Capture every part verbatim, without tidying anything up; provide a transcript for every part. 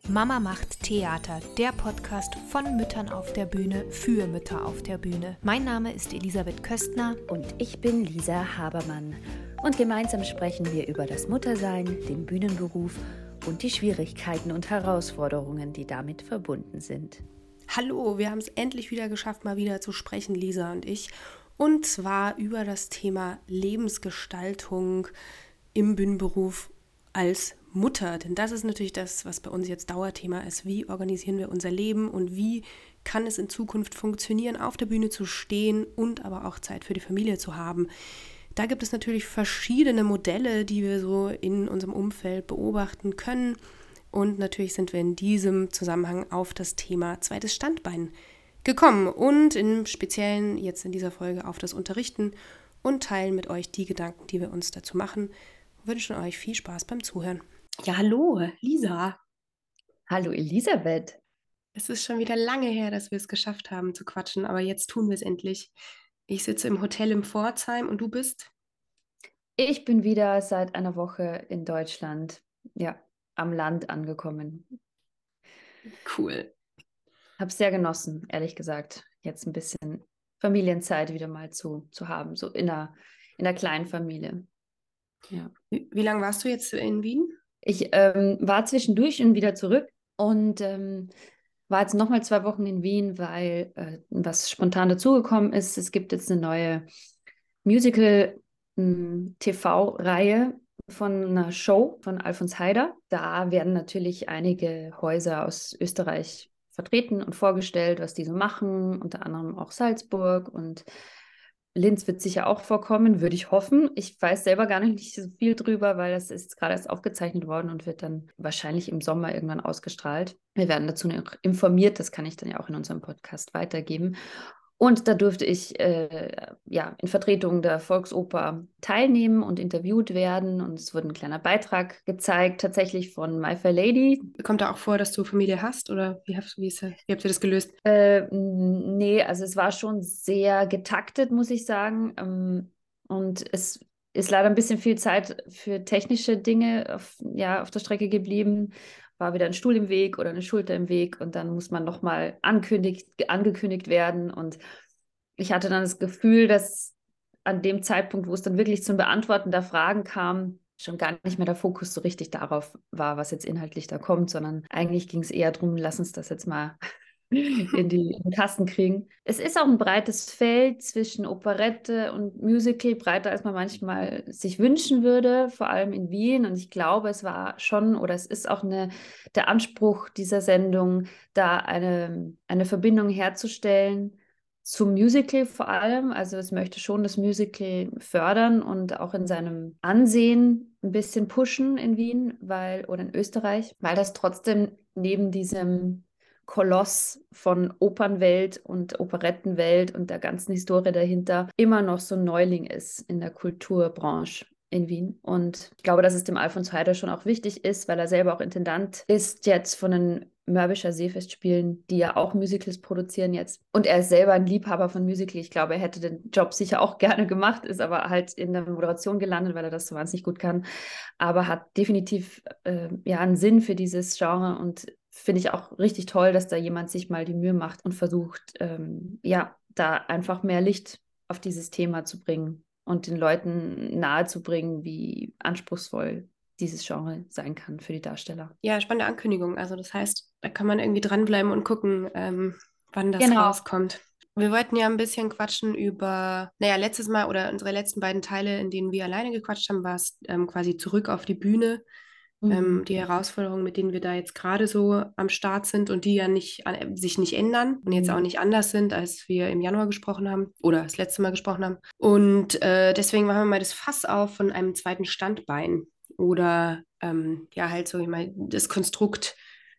Mama macht Theater, der Podcast von Müttern auf der Bühne für Mütter auf der Bühne. Mein Name ist Elisabeth Köstner und ich bin Lisa Habermann. Und gemeinsam sprechen wir über das Muttersein, den Bühnenberuf und die Schwierigkeiten und Herausforderungen, die damit verbunden sind. Hallo, wir haben es endlich wieder geschafft, mal wieder zu sprechen, Lisa und ich. Und zwar über das Thema Lebensgestaltung im Bühnenberuf als Mutter. Denn das ist natürlich das, was bei uns jetzt Dauerthema ist. Wie organisieren wir unser Leben und wie kann es in Zukunft funktionieren, auf der Bühne zu stehen und aber auch Zeit für die Familie zu haben. Da gibt es natürlich verschiedene Modelle, die wir so in unserem Umfeld beobachten können. Und natürlich sind wir in diesem Zusammenhang auf das Thema zweites Standbein gekommen und im Speziellen jetzt in dieser Folge auf das Unterrichten und teilen mit euch die Gedanken, die wir uns dazu machen. Wir wünschen euch viel Spaß beim Zuhören. Ja, hallo, Lisa. Hallo, Elisabeth. Es ist schon wieder lange her, dass wir es geschafft haben zu quatschen, aber jetzt tun wir es endlich. Ich sitze im Hotel in Pforzheim und du bist? Ich bin wieder seit einer Woche in Deutschland, ja, am Land angekommen. Cool. Habe es sehr genossen, ehrlich gesagt, jetzt ein bisschen Familienzeit wieder mal zu, zu haben, so in einer, in einer kleinen Familie. Ja. Wie, wie lange warst du jetzt in Wien? Ich ähm, war zwischendurch und wieder zurück und ähm, war jetzt nochmal zwei Wochen in Wien, weil äh, was spontan dazugekommen ist. Es gibt jetzt eine neue Musical-T V-Reihe von einer Show von Alfons Heider. Da werden natürlich einige Häuser aus Österreich vertreten und vorgestellt, was die so machen, unter anderem auch Salzburg und Linz wird sicher auch vorkommen, würde ich hoffen. Ich weiß selber gar nicht so viel drüber, weil das ist gerade erst aufgezeichnet worden und wird dann wahrscheinlich im Sommer irgendwann ausgestrahlt. Wir werden dazu noch informiert, das kann ich dann ja auch in unserem Podcast weitergeben. Und da durfte ich äh, ja, in Vertretung der Volksoper teilnehmen und interviewt werden. Und es wurde ein kleiner Beitrag gezeigt, tatsächlich von My Fair Lady. Kommt da auch vor, dass du Familie hast oder wie, hast, wie, ist, wie habt ihr das gelöst? Äh, nee, also es war schon sehr getaktet, muss ich sagen. Ähm, und es ist leider ein bisschen viel Zeit für technische Dinge auf, ja, auf der Strecke geblieben. War wieder ein Stuhl im Weg oder eine Schulter im Weg und dann muss man nochmal angekündigt werden. Und ich hatte dann das Gefühl, dass an dem Zeitpunkt, wo es dann wirklich zum Beantworten der Fragen kam, schon gar nicht mehr der Fokus so richtig darauf war, was jetzt inhaltlich da kommt, sondern eigentlich ging es eher darum, lass uns das jetzt mal in die in den Kasten kriegen. Es ist auch ein breites Feld zwischen Operette und Musical, breiter als man manchmal sich wünschen würde, vor allem in Wien. Und ich glaube, es war schon oder es ist auch eine, der Anspruch dieser Sendung, da eine, eine Verbindung herzustellen zum Musical vor allem. Also es möchte schon das Musical fördern und auch in seinem Ansehen ein bisschen pushen in Wien, weil oder in Österreich, weil das trotzdem neben diesem Koloss von Opernwelt und Operettenwelt und der ganzen Historie dahinter immer noch so ein Neuling ist in der Kulturbranche in Wien. Und ich glaube, dass es dem Alfons Heider schon auch wichtig ist, weil er selber auch Intendant ist jetzt von den Mörbischer Seefestspielen, die ja auch Musicals produzieren jetzt. Und er ist selber ein Liebhaber von Musical. Ich glaube, er hätte den Job sicher auch gerne gemacht, ist aber halt in der Moderation gelandet, weil er das so wahnsinnig gut kann. Aber hat definitiv äh, ja einen Sinn für dieses Genre und finde ich auch richtig toll, dass da jemand sich mal die Mühe macht und versucht, ähm, ja, da einfach mehr Licht auf dieses Thema zu bringen und den Leuten nahezubringen, wie anspruchsvoll dieses Genre sein kann für die Darsteller. Ja, spannende Ankündigung. Also das heißt, da kann man irgendwie dranbleiben und gucken, ähm, wann das Genau. rauskommt. Wir wollten ja ein bisschen quatschen über, naja, letztes Mal oder unsere letzten beiden Teile, in denen wir alleine gequatscht haben, war es ähm, quasi zurück auf die Bühne. Mhm. Ähm, die Herausforderungen, mit denen wir da jetzt gerade so am Start sind und die ja nicht, äh, sich nicht ändern und jetzt auch nicht anders sind, als wir im Januar gesprochen haben oder das letzte Mal gesprochen haben. Und äh, deswegen machen wir mal das Fass auf von einem zweiten Standbein oder ähm, ja halt so, ich meine, das Konstrukt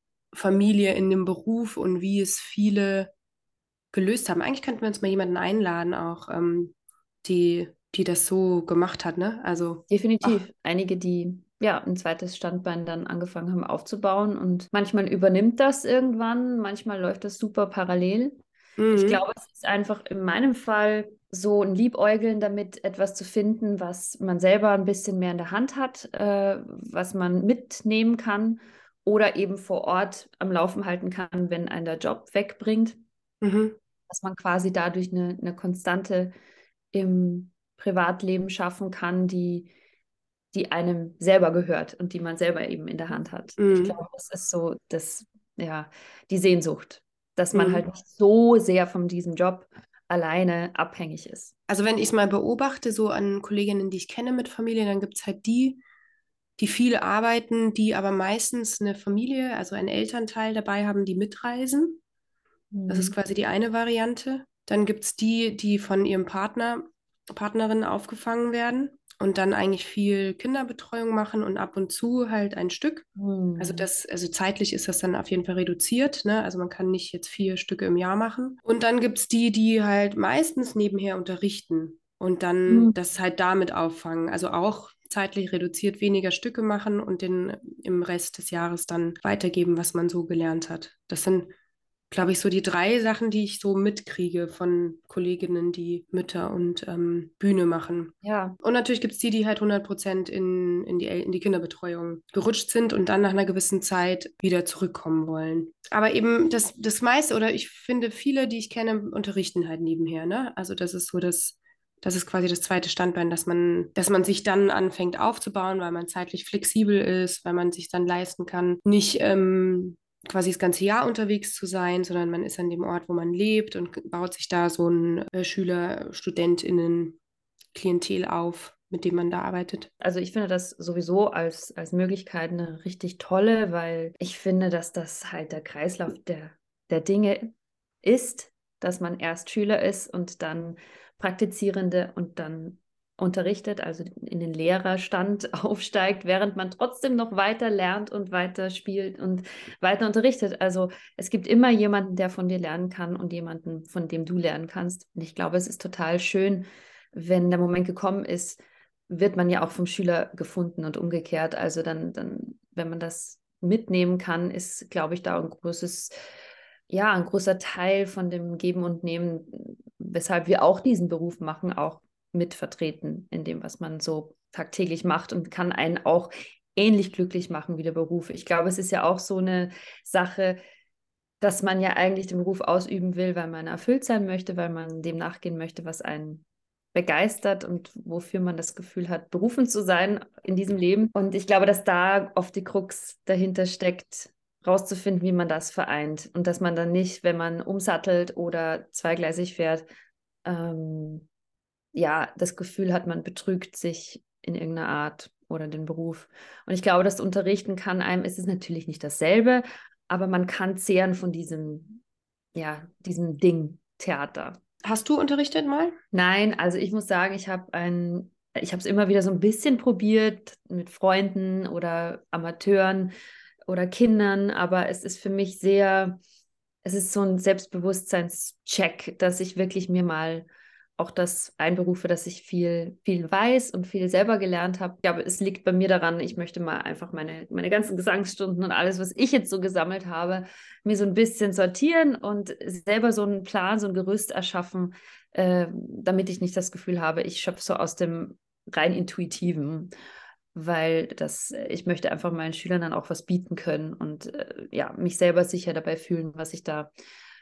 Familie in dem Beruf und wie es viele gelöst haben. Eigentlich könnten wir uns mal jemanden einladen, auch ähm, die, die das so gemacht hat, ne? Also Definitiv. ach, Einige, die ja ein zweites Standbein dann angefangen haben aufzubauen und manchmal übernimmt das irgendwann, manchmal läuft das super parallel. Ich mhm. glaube, es ist einfach in meinem Fall so ein Liebäugeln damit, etwas zu finden, was man selber ein bisschen mehr in der Hand hat, äh, was man mitnehmen kann oder eben vor Ort am Laufen halten kann, wenn einen der Job wegbringt, Mhm. dass man quasi dadurch eine, eine Konstante im Privatleben schaffen kann, die, die einem selber gehört und die man selber eben in der Hand hat. Ich Mhm. glaube, das ist so das, ja, die Sehnsucht, dass man halt Mhm. nicht so sehr von diesem Job alleine abhängig ist. Also wenn ich es mal beobachte, so an Kolleginnen, die ich kenne mit Familie, dann gibt es halt die, die viel arbeiten, die aber meistens eine Familie, also einen Elternteil dabei haben, die mitreisen. Das ist Mhm. quasi die eine Variante. Dann gibt es die, die von ihrem Partner, Partnerin aufgefangen werden und dann eigentlich viel Kinderbetreuung machen und ab und zu halt ein Stück. Also Mhm. das, also zeitlich ist das dann auf jeden Fall reduziert, ne? Also man kann nicht jetzt vier Stücke im Jahr machen. Und dann gibt es die, die halt meistens nebenher unterrichten und dann Mhm. das halt damit auffangen. Also auch zeitlich reduziert weniger Stücke machen und den im Rest des Jahres dann weitergeben, was man so gelernt hat. Das sind, glaube ich, so die drei Sachen, die ich so mitkriege von Kolleginnen, die Mütter und ähm, Bühne machen. Ja, Und natürlich gibt es die, die halt hundert Prozent in, in die, El- in die Kinderbetreuung gerutscht sind und dann nach einer gewissen Zeit wieder zurückkommen wollen. Aber eben das, das meiste, oder ich finde, viele, die ich kenne, unterrichten halt nebenher, ne? Also das ist so das, das ist quasi das zweite Standbein, dass man, dass man sich dann anfängt aufzubauen, weil man zeitlich flexibel ist, weil man sich dann leisten kann, nicht ähm, quasi das ganze Jahr unterwegs zu sein, sondern man ist an dem Ort, wo man lebt und baut sich da so ein äh, Schüler, StudentInnen Klientel auf, mit dem man da arbeitet. also ich finde das sowieso als, als Möglichkeit eine richtig tolle, weil ich finde, dass das halt der Kreislauf der, der Dinge ist, dass man erst Schüler ist und dann Praktizierende und dann unterrichtet, also in den Lehrerstand aufsteigt, während man trotzdem noch weiter lernt und weiter spielt und weiter unterrichtet. Also es gibt immer jemanden, der von dir lernen kann und jemanden, von dem du lernen kannst. Und ich glaube, es ist total schön, wenn der Moment gekommen ist, wird man ja auch vom Schüler gefunden und umgekehrt. Also dann, dann, wenn man das mitnehmen kann, ist, glaube ich, da ein großes, ja, ein großer Teil von dem Geben und Nehmen, weshalb wir auch diesen Beruf machen, auch mitvertreten in dem, was man so tagtäglich macht und kann einen auch ähnlich glücklich machen wie der Beruf. Ich glaube, es ist ja auch so eine Sache, dass man ja eigentlich den Beruf ausüben will, weil man erfüllt sein möchte, weil man dem nachgehen möchte, was einen begeistert und wofür man das Gefühl hat, berufen zu sein in diesem Leben. Und ich glaube, dass da oft die Krux dahinter steckt, rauszufinden, wie man das vereint. Und dass man dann nicht, wenn man umsattelt oder zweigleisig fährt, ähm, ja, das Gefühl hat, man betrügt sich in irgendeiner Art oder den Beruf. Und ich glaube, das Unterrichten kann einem, ist es natürlich nicht dasselbe, aber man kann zehren von diesem, ja, diesem Ding Theater. Hast du unterrichtet mal? Nein, also ich muss sagen, ich habe ein, ich habe es immer wieder so ein bisschen probiert mit Freunden oder Amateuren oder Kindern, aber es ist für mich sehr, es ist so ein Selbstbewusstseinscheck, dass ich wirklich mir mal auch das einberufe, dass ich viel, viel weiß und viel selber gelernt habe. Ich glaube, es liegt bei mir daran, ich möchte mal einfach meine, meine ganzen Gesangsstunden und alles, was ich jetzt so gesammelt habe, mir so ein bisschen sortieren und selber so einen Plan, so ein Gerüst erschaffen, äh, damit ich nicht das Gefühl habe, ich schöpfe so aus dem rein Intuitiven, weil das, ich möchte einfach meinen Schülern dann auch was bieten können und äh, ja, mich selber sicher dabei fühlen, was ich da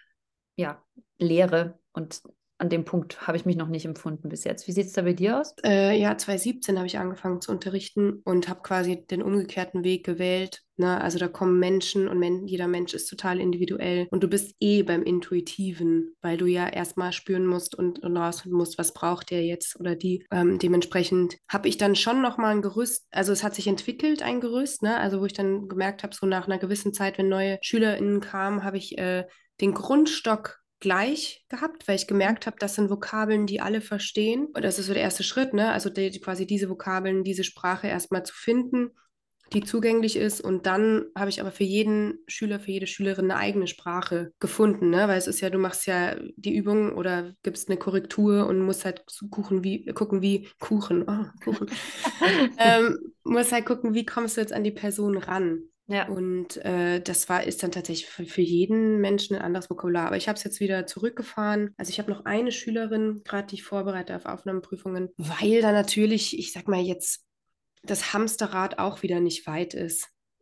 ja lehre. Und an dem Punkt habe ich mich noch nicht empfunden bis jetzt. Wie sieht es da bei dir aus? Äh, ja, zwanzig siebzehn habe ich angefangen zu unterrichten und habe quasi den umgekehrten Weg gewählt. Ne? Also da kommen Menschen und men jeder Mensch ist total individuell und du bist eh beim Intuitiven, weil du ja erstmal spüren musst und, und rausfinden musst, was braucht der jetzt oder die. Ähm, dementsprechend habe ich dann schon nochmal ein Gerüst, also es hat sich entwickelt, ein Gerüst, ne? Also wo ich dann gemerkt habe, so nach einer gewissen Zeit, wenn neue SchülerInnen kamen, habe ich äh, den Grundstock gleich gehabt, weil ich gemerkt habe, das sind Vokabeln, die alle verstehen. Und das ist so der erste Schritt, ne? Also die, quasi diese Vokabeln, diese Sprache erstmal zu finden, die zugänglich ist. Und dann habe ich aber für jeden Schüler, für jede Schülerin eine eigene Sprache gefunden, ne? Weil es ist ja, du machst ja die Übung oder gibst eine Korrektur und musst halt gucken, wie, gucken, wie Kuchen, oh, Kuchen. ähm, musst halt gucken, wie kommst du jetzt an die Person ran. Ja. Und äh, das war, ist dann tatsächlich für, für jeden Menschen ein anderes Vokabular. Aber ich habe es jetzt wieder zurückgefahren. Also ich habe noch eine Schülerin, gerade die ich vorbereite auf Aufnahmeprüfungen, weil da natürlich, ich sag mal jetzt, das Hamsterrad auch wieder nicht weit ist.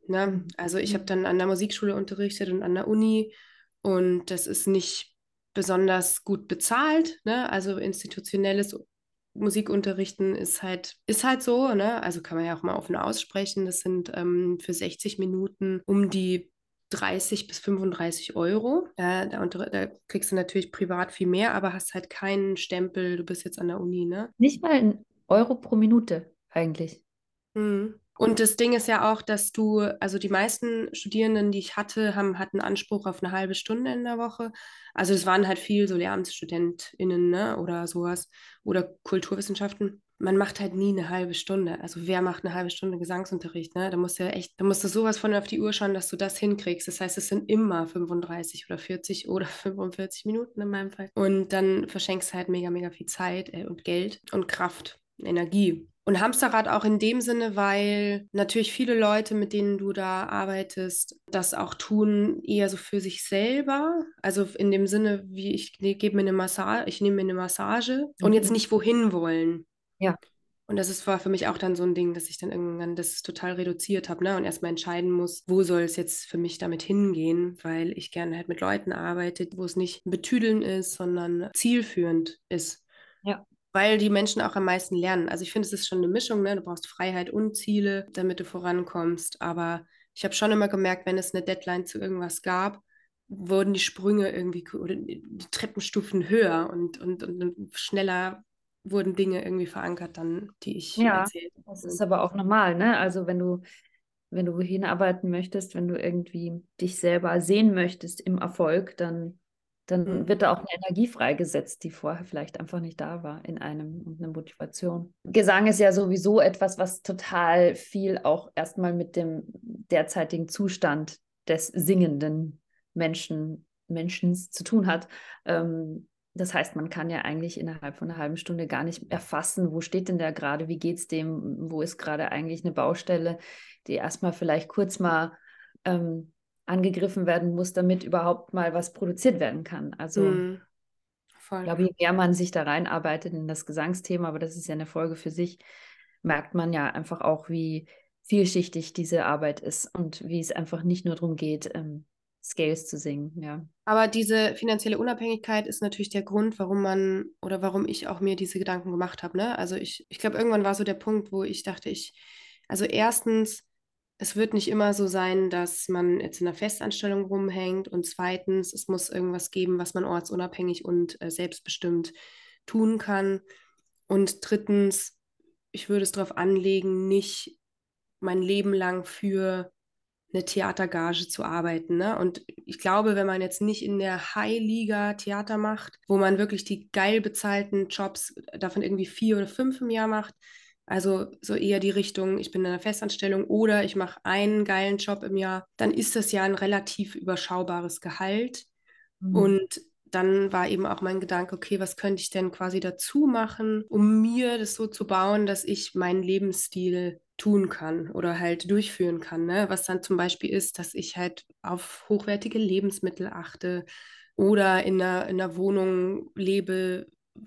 Ne? Mhm. Also ich habe Mhm. dann an der Musikschule unterrichtet und an der Uni und das ist nicht besonders gut bezahlt. Ne? Also institutionelles Musikunterrichten ist halt, ist halt so, ne? Also kann man ja auch mal offen aussprechen. Das sind ähm, für sechzig Minuten um die dreißig bis fünfunddreißig Euro. Ja, da, unter, da kriegst du natürlich privat viel mehr, aber hast halt keinen Stempel, du bist jetzt an der Uni, ne? Nicht mal ein Euro pro Minute eigentlich. Mhm. Und das Ding ist ja auch, dass du, also die meisten Studierenden, die ich hatte, haben, hatten Anspruch auf eine halbe Stunde in der Woche. Also es waren halt viel so LehramtsstudentInnen, ne, oder sowas, oder Kulturwissenschaften. Man macht halt nie eine halbe Stunde. Also wer macht eine halbe Stunde Gesangsunterricht, ne? Da musst du ja echt, da musst du sowas von auf die Uhr schauen, dass du das hinkriegst. Das heißt, es sind immer fünfunddreißig oder vierzig oder fünfundvierzig Minuten in meinem Fall. Und dann verschenkst du halt mega, mega viel Zeit, äh, und Geld und Kraft. Energie. Und Hamsterrad auch in dem Sinne, weil natürlich viele Leute, mit denen du da arbeitest, das auch tun, eher so für sich selber. Also in dem Sinne, wie ich ne, gebe mir eine Massage, ich nehme mir eine Massage und jetzt Mhm. nicht wohin wollen. Ja, Und das ist, war für mich auch dann so ein Ding, dass ich dann irgendwann das total reduziert habe, ne? Und erstmal entscheiden muss, wo soll es jetzt für mich damit hingehen, weil ich gerne halt mit Leuten arbeite, wo es nicht betüdeln ist, sondern zielführend ist, ja. weil die Menschen auch am meisten lernen. Also ich finde, es ist schon eine Mischung, ne? Du brauchst Freiheit und Ziele, damit du vorankommst. Aber ich habe schon immer gemerkt, wenn es eine Deadline zu irgendwas gab, wurden die Sprünge irgendwie oder die Treppenstufen höher und, und, und schneller wurden Dinge irgendwie verankert, dann, die ich Ja, erzählt das ist habe. aber auch normal, ne? Also wenn du, wenn du hinarbeiten möchtest, wenn du irgendwie dich selber sehen möchtest im Erfolg, dann, dann Mhm. wird da auch eine Energie freigesetzt, die vorher vielleicht einfach nicht da war in einem und eine Motivation. Gesang ist ja sowieso etwas, was total viel auch erstmal mit dem derzeitigen Zustand des singenden Menschen, Menschens zu tun hat. Ähm, Das heißt, man kann ja eigentlich innerhalb von einer halben Stunde gar nicht erfassen, wo steht denn der gerade, wie geht's dem, wo ist gerade eigentlich eine Baustelle, die erstmal vielleicht kurz mal ähm, angegriffen werden muss, damit überhaupt mal was produziert werden kann. Also Mhm. ich Voll. glaube, je mehr man sich da reinarbeitet in das Gesangsthema, aber das ist ja eine Folge für sich, merkt man ja einfach auch, wie vielschichtig diese Arbeit ist und wie es einfach nicht nur darum geht, ähm, Scales zu singen, ja. Aber diese finanzielle Unabhängigkeit ist natürlich der Grund, warum man oder warum ich auch mir diese Gedanken gemacht habe. Ne? Also ich, ich glaube, irgendwann war so der Punkt, wo ich dachte, ich, also erstens, es wird nicht immer so sein, dass man jetzt in einer Festanstellung rumhängt und zweitens, es muss irgendwas geben, was man ortsunabhängig und äh, selbstbestimmt tun kann. Und drittens, ich würde es darauf anlegen, nicht mein Leben lang für eine Theatergage zu arbeiten. Ne? Und ich glaube, wenn man jetzt nicht in der High-Liga Theater macht, wo man wirklich die geil bezahlten Jobs davon irgendwie vier oder fünf im Jahr macht, also so eher die Richtung, ich bin in einer Festanstellung oder ich mache einen geilen Job im Jahr, dann ist das ja ein relativ überschaubares Gehalt. Mhm. Und dann war eben auch mein Gedanke, okay, was könnte ich denn quasi dazu machen, um mir das so zu bauen, dass ich meinen Lebensstil tun kann oder halt durchführen kann. Ne? Was dann zum Beispiel ist, dass ich halt auf hochwertige Lebensmittel achte oder in einer, in einer Wohnung lebe,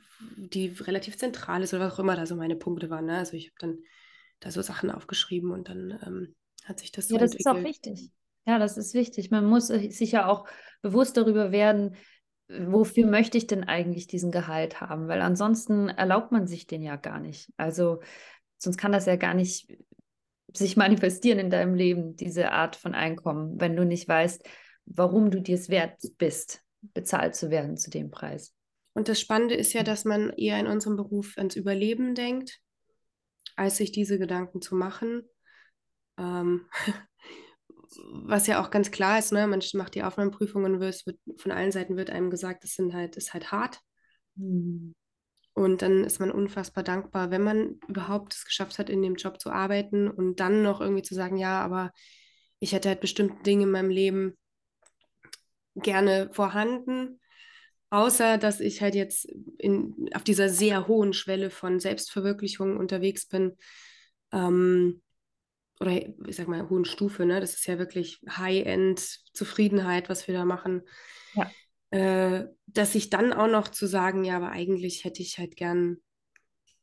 die relativ zentral ist oder was auch immer da so meine Punkte waren. Ne? Also ich habe dann da so Sachen aufgeschrieben und dann ähm, hat sich das so Ja, das ist auch entwickelt. wichtig. Ja, das ist wichtig. Man muss sich ja auch bewusst darüber werden, wofür möchte ich denn eigentlich diesen Gehalt haben? Weil ansonsten erlaubt man sich den ja gar nicht. Also sonst kann das ja gar nicht sich manifestieren in deinem Leben, diese Art von Einkommen, wenn du nicht weißt, warum du dir es wert bist, bezahlt zu werden zu dem Preis. Und das Spannende ist ja, dass man eher in unserem Beruf ans Überleben denkt, als sich diese Gedanken zu machen. Ähm, was ja auch ganz klar ist, ne? Man macht die Aufnahmeprüfungen und es wird, von allen Seiten wird einem gesagt, das sind halt, ist halt hart. Hm. Und dann ist man unfassbar dankbar, wenn man überhaupt es geschafft hat, in dem Job zu arbeiten und dann noch irgendwie zu sagen, ja, aber ich hätte halt bestimmte Dinge in meinem Leben gerne vorhanden, außer dass ich halt jetzt in, auf dieser sehr hohen Schwelle von Selbstverwirklichung unterwegs bin. Ähm, oder ich sag mal, hohen Stufe, ne? Das ist ja wirklich High-End-Zufriedenheit, was wir da machen. Ja. Äh, dass ich dann auch noch zu sagen, ja, aber eigentlich hätte ich halt gern,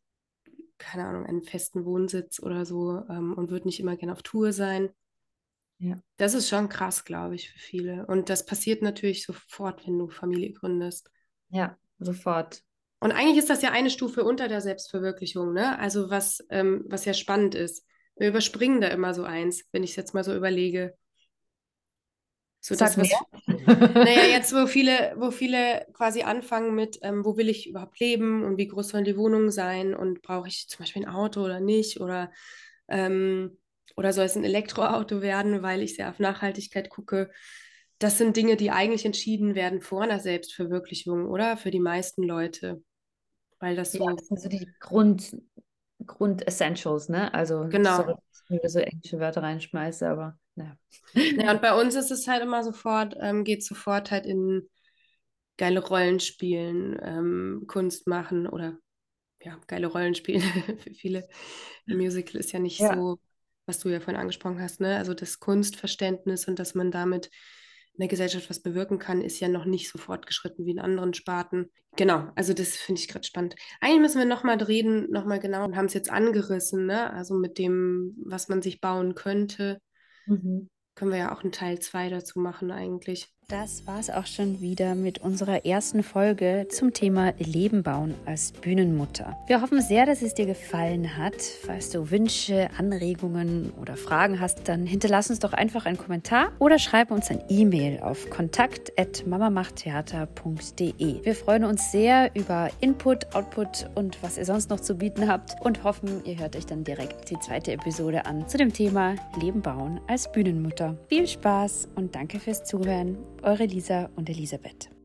keine Ahnung, einen festen Wohnsitz oder so ähm, und würde nicht immer gern auf Tour sein. Ja. Das ist schon krass, glaube ich, für viele. Und das passiert natürlich sofort, wenn du Familie gründest. Ja, sofort. Und eigentlich ist das ja eine Stufe unter der Selbstverwirklichung, ne? Also was, ähm, was ja spannend ist. Wir überspringen da immer so eins, wenn ich es jetzt mal so überlege. So Sag das, mehr. was, naja, jetzt, wo viele, wo viele quasi anfangen mit, ähm, wo will ich überhaupt leben und wie groß sollen die Wohnungen sein und brauche ich zum Beispiel ein Auto oder nicht oder, ähm, oder soll es ein Elektroauto werden, weil ich sehr auf Nachhaltigkeit gucke. Das sind Dinge, die eigentlich entschieden werden vor einer Selbstverwirklichung, oder? Für die meisten Leute, weil das Ja, so, das sind so die Grund, Grund-Essentials, ne? Also, sorry, genau. dass ich wieder so englische Wörter reinschmeiße, aber ja. Ja, und bei uns ist es halt immer sofort, ähm, geht sofort halt in geile Rollen spielen, ähm, Kunst machen oder ja, geile Rollenspiele für viele. Ein Musical ist ja nicht Ja. so, was du ja vorhin angesprochen hast, ne? Also das Kunstverständnis und dass man damit in der Gesellschaft was bewirken kann, ist ja noch nicht so fortgeschritten wie in anderen Sparten. Genau, also das finde ich gerade spannend. Eigentlich müssen wir nochmal reden, nochmal genau, und haben es jetzt angerissen, ne? Also mit dem, was man sich bauen könnte, Mhm. können wir ja auch einen Teil zwei dazu machen eigentlich. Das war es auch schon wieder mit unserer ersten Folge zum Thema Leben bauen als Bühnenmutter. Wir hoffen sehr, dass es dir gefallen hat. Falls du Wünsche, Anregungen oder Fragen hast, dann hinterlass uns doch einfach einen Kommentar oder schreib uns ein E-Mail auf kontakt at mamamachtheater punkt de. Wir freuen uns sehr über Input, Output und was ihr sonst noch zu bieten habt und hoffen, ihr hört euch dann direkt die zweite Episode an zu dem Thema Leben bauen als Bühnenmutter. Viel Spaß und danke fürs Zuhören. Eure Lisa und Elisabeth.